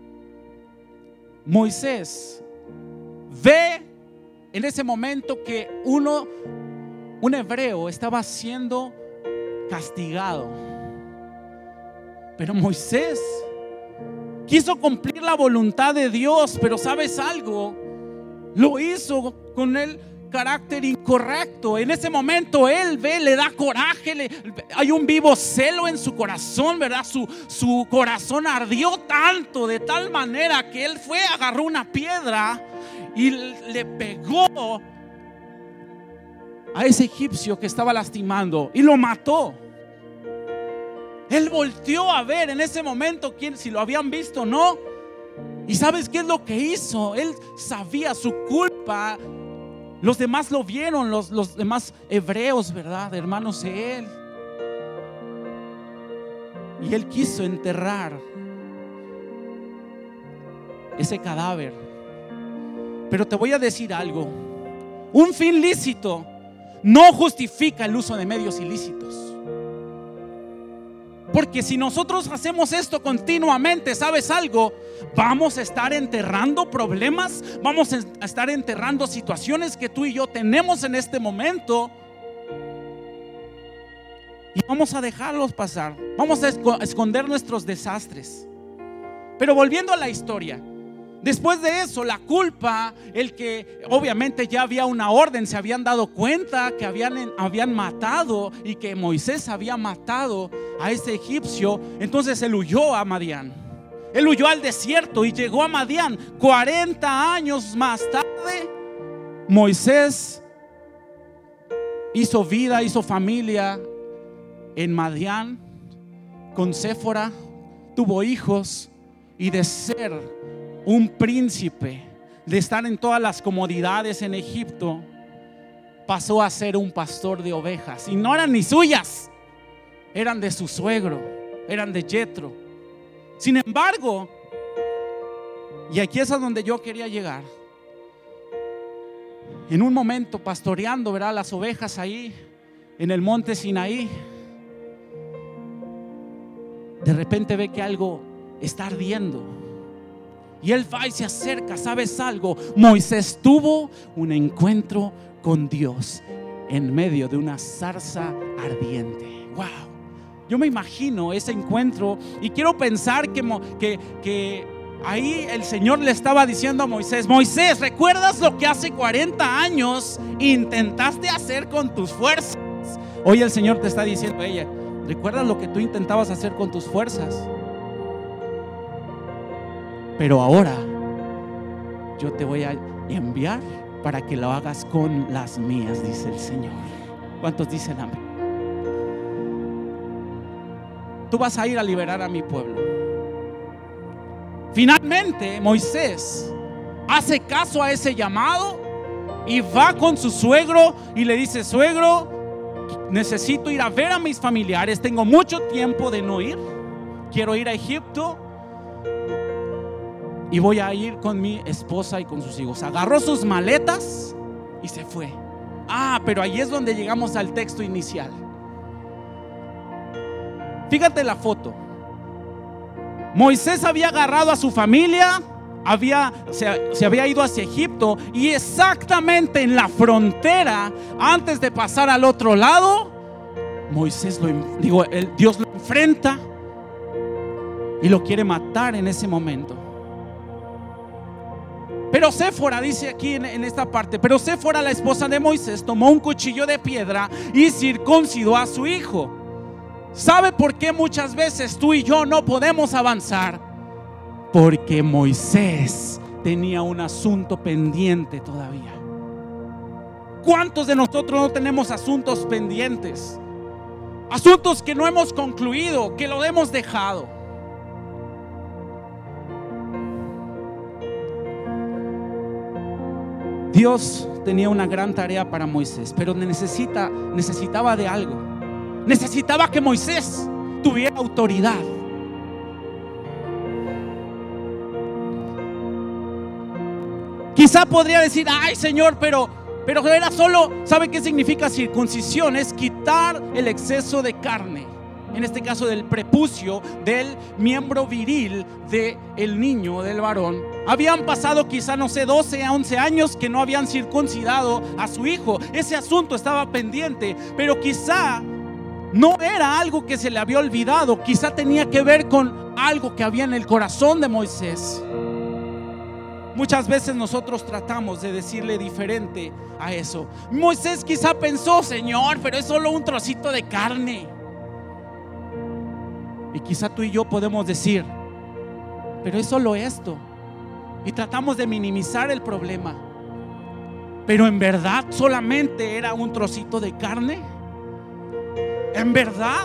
Moisés ve en ese momento que uno Un hebreo estaba siendo castigado, pero Moisés quiso cumplir la voluntad de Dios. Pero ¿sabes algo? Lo hizo con el carácter incorrecto. En ese momento él ve, le da coraje, le, hay un vivo celo en su corazón, ¿verdad? Su, su corazón ardió tanto, de tal manera que él fue, agarró una piedra y le pegó a ese egipcio que estaba lastimando y lo mató. Él volteó a ver en ese momento quién, si lo habían visto o no. ¿Y sabes qué es lo que hizo? Él sabía su culpa. Los demás lo vieron, los, los demás hebreos, ¿verdad? Hermanos de él. Y él quiso enterrar ese cadáver. Pero te voy a decir algo. un fin lícito no justifica el uso de medios ilícitos. Porque si nosotros hacemos esto continuamente, ¿sabes algo? Vamos a estar enterrando problemas, vamos a estar enterrando situaciones que tú y yo tenemos en este momento, y vamos a dejarlos pasar, vamos a esconder nuestros desastres. Pero volviendo a la historia, después de eso, la culpa, el que obviamente ya había una orden, se habían dado cuenta que habían, habían matado y que Moisés había matado a ese egipcio. Entonces él huyó a Madián, él huyó al desierto y llegó a Madián. cuarenta años más tarde, Moisés hizo vida, hizo familia en Madián con Séfora, tuvo hijos, y de ser un príncipe, de estar en todas las comodidades en Egipto, pasó a ser un pastor de ovejas. Y no eran ni suyas, eran de su suegro, eran de Jetro. Sin embargo, y aquí es a donde yo quería llegar, en un momento pastoreando, ¿verdad?, las ovejas ahí en el monte Sinaí, de repente ve que algo está ardiendo. Y él va y se acerca. ¿Sabes algo? Moisés tuvo un encuentro con Dios en medio de una zarza ardiente. Wow. Yo me imagino ese encuentro y quiero pensar que, que, que ahí el Señor le estaba diciendo a Moisés: Moisés, ¿recuerdas lo que hace cuarenta años intentaste hacer con tus fuerzas? Hoy el Señor te está diciendo a ella: ¿recuerdas lo que tú intentabas hacer con tus fuerzas? Pero ahora yo te voy a enviar para que lo hagas con las mías, dice el Señor. ¿Cuántos dicen amén? Tú vas a ir a liberar a mi pueblo. Finalmente Moisés hace caso a ese llamado y va con su suegro y le dice: suegro, necesito ir a ver a mis familiares, tengo mucho tiempo de no ir, quiero ir a Egipto y voy a ir con mi esposa y con sus hijos. Agarró sus maletas y se fue. Ah, pero ahí es donde llegamos al texto inicial. Fíjate la foto. Moisés había agarrado a su familia, había, se, se había ido hacia Egipto, y exactamente en la frontera, antes de pasar al otro lado, Moisés lo, digo, el, Dios lo enfrenta y lo quiere matar en ese momento. Pero Séfora, dice aquí en, en esta parte, pero Séfora, la esposa de Moisés, tomó un cuchillo de piedra y circuncidó a su hijo. ¿Sabe por qué muchas veces tú y yo no podemos avanzar? Porque Moisés tenía un asunto pendiente todavía. ¿Cuántos de nosotros no tenemos asuntos pendientes? Asuntos que no hemos concluido, que lo hemos dejado. Dios tenía una gran tarea para Moisés, pero necesita, necesitaba de algo. Necesitaba que Moisés tuviera autoridad. Quizá podría decir: ay, Señor, pero, pero era solo, ¿sabe qué significa circuncisión? Es quitar el exceso de carne, en este caso del prepucio, del miembro viril del niño, del varón. Habían pasado quizá, no sé, doce a once años que no habían circuncidado a su hijo. Ese asunto estaba pendiente, pero quizá no era algo que se le había olvidado. Quizá tenía que ver con algo que había en el corazón de Moisés. Muchas veces nosotros tratamos de decirle diferente a eso. Moisés quizá pensó: Señor, pero es solo un trocito de carne. Y quizá tú y yo podemos decir: pero es solo esto. Y tratamos de minimizar el problema. Pero en verdad solamente era un trocito de carne. En verdad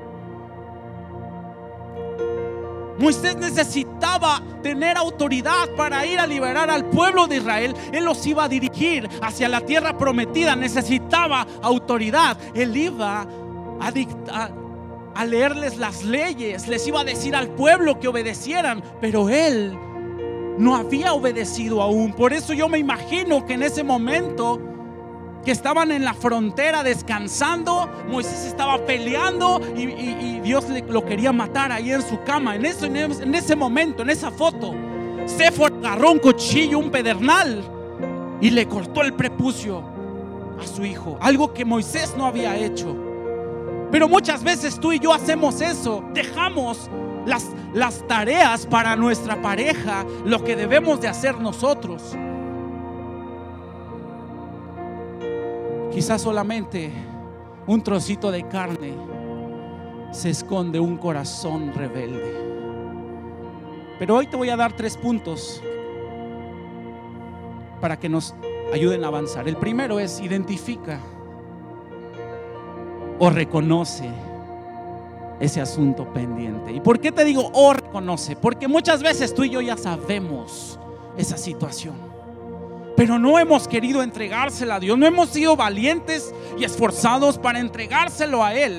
Moisés necesitaba tener autoridad para ir a liberar al pueblo de Israel. Él los iba a dirigir hacia la tierra prometida. Necesitaba autoridad. Él iba a dictar, a leerles las leyes, les iba a decir al pueblo que obedecieran, pero él no había obedecido aún. Por eso yo me imagino que en ese momento que estaban en la frontera descansando. Moisés estaba peleando y, y, y Dios le, lo quería matar ahí en su cama. En, eso, en ese momento, en esa foto, Séfora agarró un cuchillo, un pedernal, y le cortó el prepucio a su hijo, algo que Moisés no había hecho. Pero muchas veces tú y yo hacemos eso, dejamos las, las tareas para nuestra pareja, lo que debemos de hacer nosotros. Quizás solamente un trocito de carne se esconde un corazón rebelde. Pero hoy te voy a dar tres puntos para que nos ayuden a avanzar. El primero es: identifica o reconoce ese asunto pendiente. ¿Y por qué te digo o reconoce? Porque muchas veces tú y yo ya sabemos esa situación, pero no hemos querido entregársela a Dios. No hemos sido valientes y esforzados para entregárselo a Él.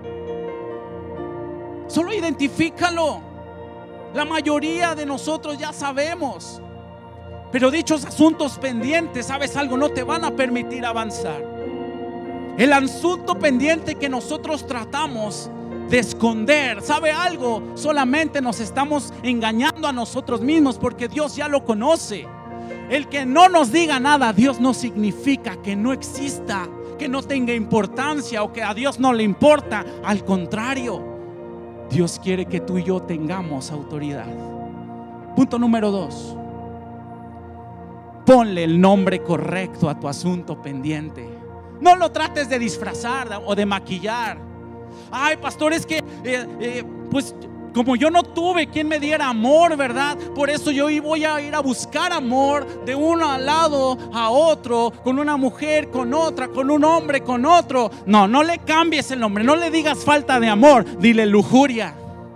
Solo identifícalo. La mayoría de nosotros ya sabemos, pero dichos asuntos pendientes, ¿sabes algo? No te van a permitir avanzar. El asunto pendiente que nosotros tratamos de esconder, ¿sabe algo? Solamente nos estamos engañando a nosotros mismos, porque Dios ya lo conoce. El que no nos diga nada a Dios no significa que no exista, que no tenga importancia o que a Dios no le importa. Al contrario, Dios quiere que tú y yo tengamos autoridad. Punto número dos: ponle el nombre correcto a tu asunto pendiente. No lo trates de disfrazar o de maquillar. Ay, pastor, es que eh, eh, pues como yo no tuve quien me diera amor, ¿verdad? Por eso yo voy a ir a buscar amor de uno al lado a otro, con una mujer, con otra, con un hombre, con otro. No, no le cambies el nombre, no le digas falta de amor, dile lujuria.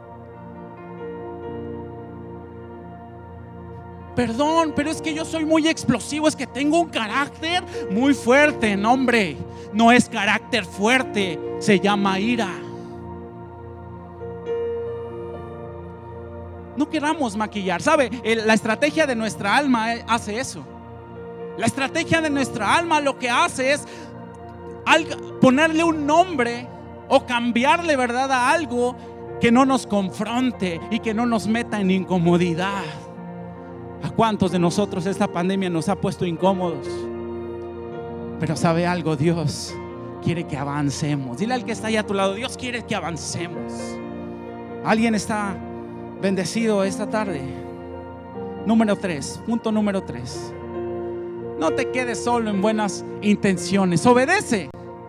Perdón, pero es que yo soy muy explosivo, es que tengo un carácter muy fuerte. No, hombre, no es carácter fuerte, se llama ira. No queramos maquillar, ¿sabe? La estrategia de nuestra alma hace eso. La estrategia de nuestra alma lo que hace es ponerle un nombre o cambiarle, ¿verdad?, a algo que no nos confronte y que no nos meta en incomodidad. ¿A cuántos de nosotros esta pandemia nos ha puesto incómodos? Pero ¿sabe algo? Dios quiere que avancemos. Dile al que está ahí a tu lado: Dios quiere que avancemos. ¿Alguien está bendecido esta tarde? Número tres, punto número tres: no te quedes solo en buenas intenciones, obedece.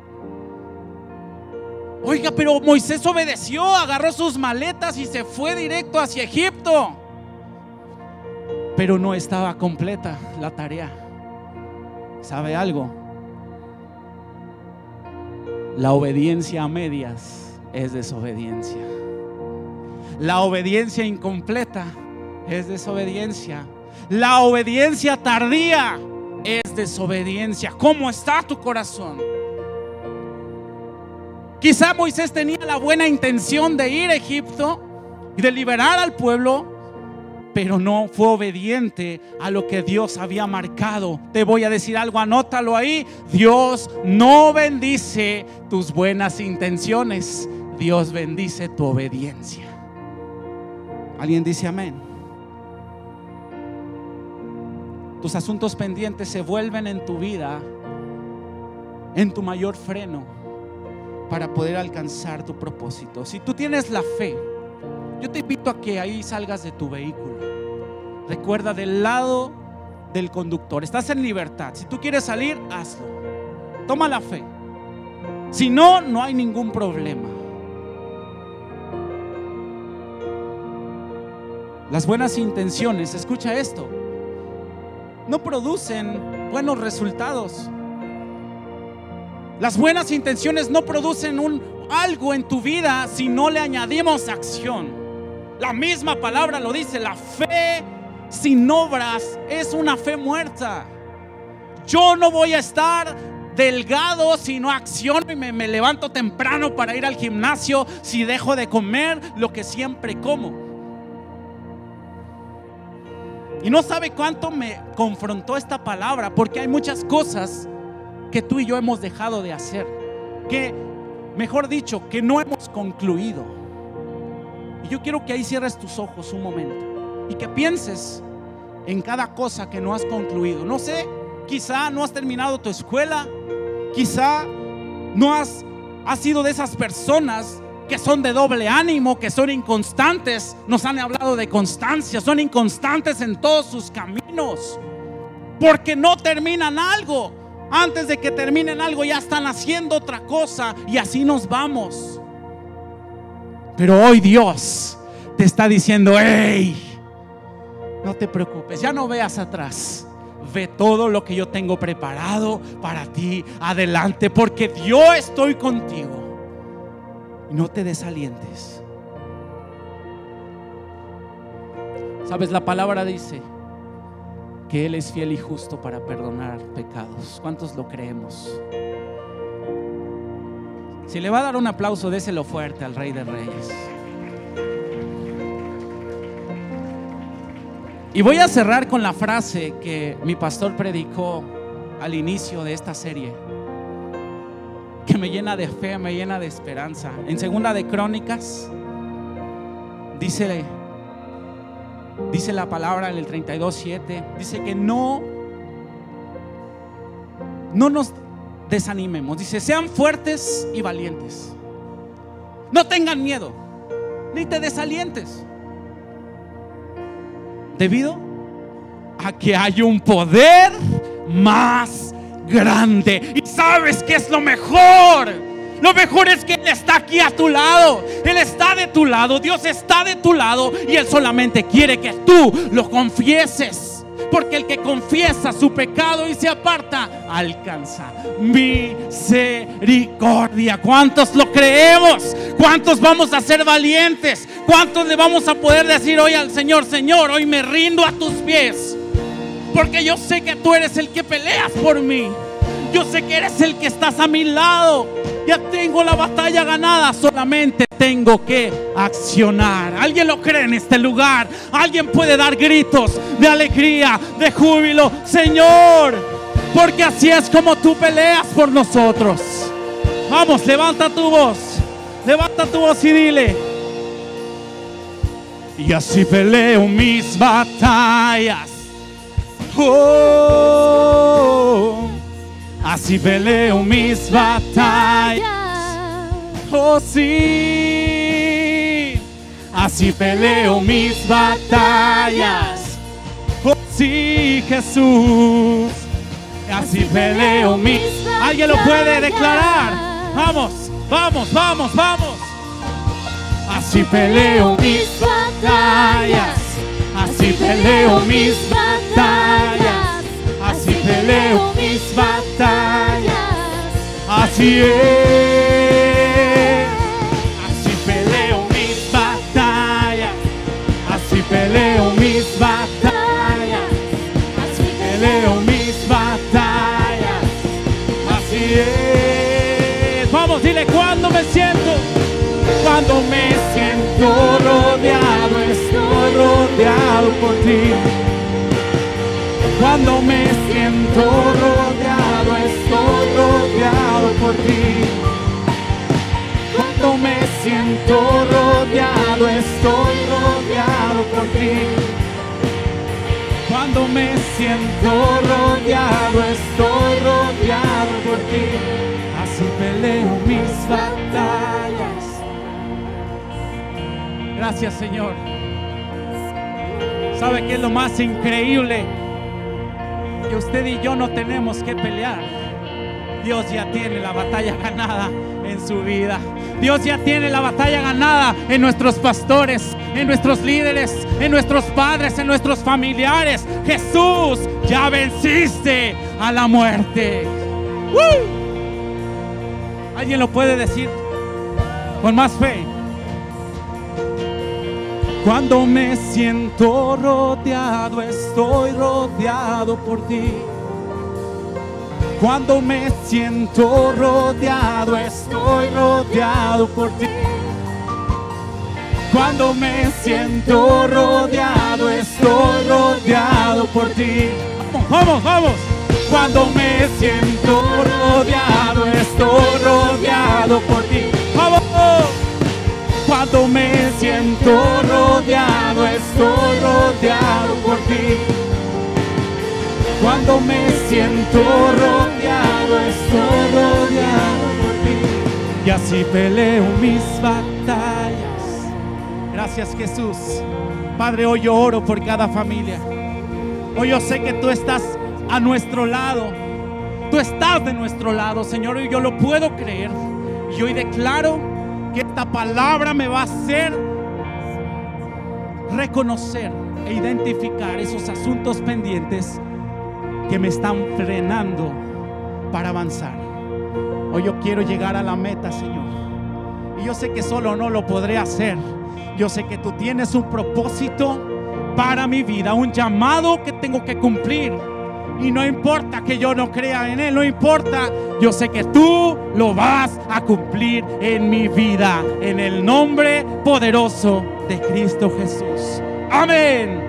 Oiga, pero Moisés obedeció, agarró sus maletas y se fue directo hacia Egipto. Pero no estaba completa la tarea. ¿Sabe algo? La obediencia a medias es desobediencia. La obediencia incompleta es desobediencia. La obediencia tardía es desobediencia. ¿Cómo está tu corazón? Quizá Moisés tenía la buena intención de ir a Egipto y de liberar al pueblo, pero no fue obediente a lo que Dios había marcado. Te voy a decir algo, anótalo ahí: Dios no bendice tus buenas intenciones, Dios bendice tu obediencia. ¿Alguien dice amén? Tus asuntos pendientes se vuelven en tu vida en tu mayor freno para poder alcanzar tu propósito. Si tú tienes la fe, yo te invito a que ahí salgas de tu vehículo. Recuerda, del lado del conductor estás en libertad. Si tú quieres salir, hazlo. Toma la fe. Si no, no hay ningún problema. Las buenas intenciones, escucha esto, no producen buenos resultados. Las buenas intenciones no producen un, algo en tu vida si no le añadimos acción. La misma palabra lo dice: la fe sin obras es una fe muerta. Yo no voy a estar delgado si no acciono y me, me levanto temprano para ir al gimnasio si dejo de comer lo que siempre como. Y no sabe cuánto me confrontó esta palabra, porque hay muchas cosas que tú y yo hemos dejado de hacer, que, mejor dicho, que no hemos concluido. Y yo quiero que ahí cierres tus ojos un momento y que pienses en cada cosa que no has concluido. No sé, quizá no has terminado tu escuela, quizá no has, has sido de esas personas que son de doble ánimo, que son inconstantes. Nos han hablado de constancia, son inconstantes en todos sus caminos, porque no terminan algo. Antes de que terminen algo ya están haciendo otra cosa, y así nos vamos. Pero hoy Dios te está diciendo: hey, no te preocupes, ya no veas atrás, ve todo lo que yo tengo preparado para ti. Adelante, porque yo estoy contigo. No te desalientes. Sabes, la palabra dice que Él es fiel y justo para perdonar pecados. ¿Cuántos lo creemos? Si le va a dar un aplauso, déselo fuerte al Rey de Reyes. Y voy a cerrar con la frase que mi pastor predicó al inicio de esta serie, que me llena de fe, me llena de esperanza. En Segunda de Crónicas dice, dice la palabra en el treinta y dos siete, dice que no no nos desanimemos. Dice: sean fuertes y valientes, no tengan miedo ni te desalientes, debido a que hay un poder más grande. ¿Y sabes qué es lo mejor? Lo mejor es que Él está aquí a tu lado. Él está de tu lado, Dios está de tu lado, y Él solamente quiere que tú lo confieses. Porque el que confiesa su pecado y se aparta alcanza misericordia. ¿Cuántos lo creemos? ¿Cuántos vamos a ser valientes? ¿Cuántos le vamos a poder decir hoy al Señor: Señor, hoy me rindo a tus pies, porque yo sé que tú eres el que peleas por mí, yo sé que eres el que estás a mi lado, ya tengo la batalla ganada, solamente tengo que accionar? ¿Alguien lo cree en este lugar? ¿Alguien puede dar gritos de alegría, de júbilo? Señor, porque así es como tú peleas por nosotros. Vamos, levanta tu voz, levanta tu voz y dile: y así peleo mis batallas. Oh, así peleo mis batallas. Oh, sí, así peleo mis batallas. Oh, sí, Jesús, así peleo mis batallas. ¿Alguien lo puede declarar? Vamos, vamos, vamos, vamos. Así peleo mis batallas, así peleo mis batallas, así peleo mis batallas. Así es, así peleo mis batallas, así peleo mis batallas, así peleo mis batallas. Así es. Vamos, dile: cuando me siento, cuando me siento rodeado, estoy rodeado por ti. Cuando me siento rodeado, estoy rodeado por ti. Cuando me siento rodeado, estoy rodeado por ti. Cuando me siento rodeado, estoy rodeado por ti. Así peleo mis batallas. Gracias, Señor. ¿Sabe qué es lo más increíble? Que usted y yo no tenemos que pelear. Dios ya tiene la batalla ganada en su vida. Dios ya tiene la batalla ganada en nuestros pastores, en nuestros líderes, en nuestros padres, en nuestros familiares. Jesús, ya venciste a la muerte. ¡Woo! ¿Alguien lo puede decir con más fe? Cuando me siento rodeado, estoy rodeado por ti. Cuando me siento rodeado, estoy rodeado por ti. Cuando me siento rodeado, estoy rodeado por ti. Vamos, vamos, vamos. Cuando me siento rodeado, estoy rodeado por ti. ¡Vamos! Cuando me siento rodeado, estoy rodeado por ti. Cuando me siento rodeado, estoy rodeado por ti. Y así peleo mis batallas. Gracias, Jesús. Padre, hoy yo oro por cada familia. Hoy yo sé que tú estás a nuestro lado. Tú estás de nuestro lado, Señor, y yo lo puedo creer. Y hoy declaro que esta palabra me va a hacer reconocer e identificar esos asuntos pendientes que me están frenando para avanzar. Hoy yo quiero llegar a la meta, Señor, y yo sé que solo no lo podré hacer. Yo sé que tú tienes un propósito para mi vida, un llamado que tengo que cumplir. Y no importa que yo no crea en él, no importa. Yo sé que tú lo vas a cumplir en mi vida, en el nombre poderoso de Cristo Jesús. Amén.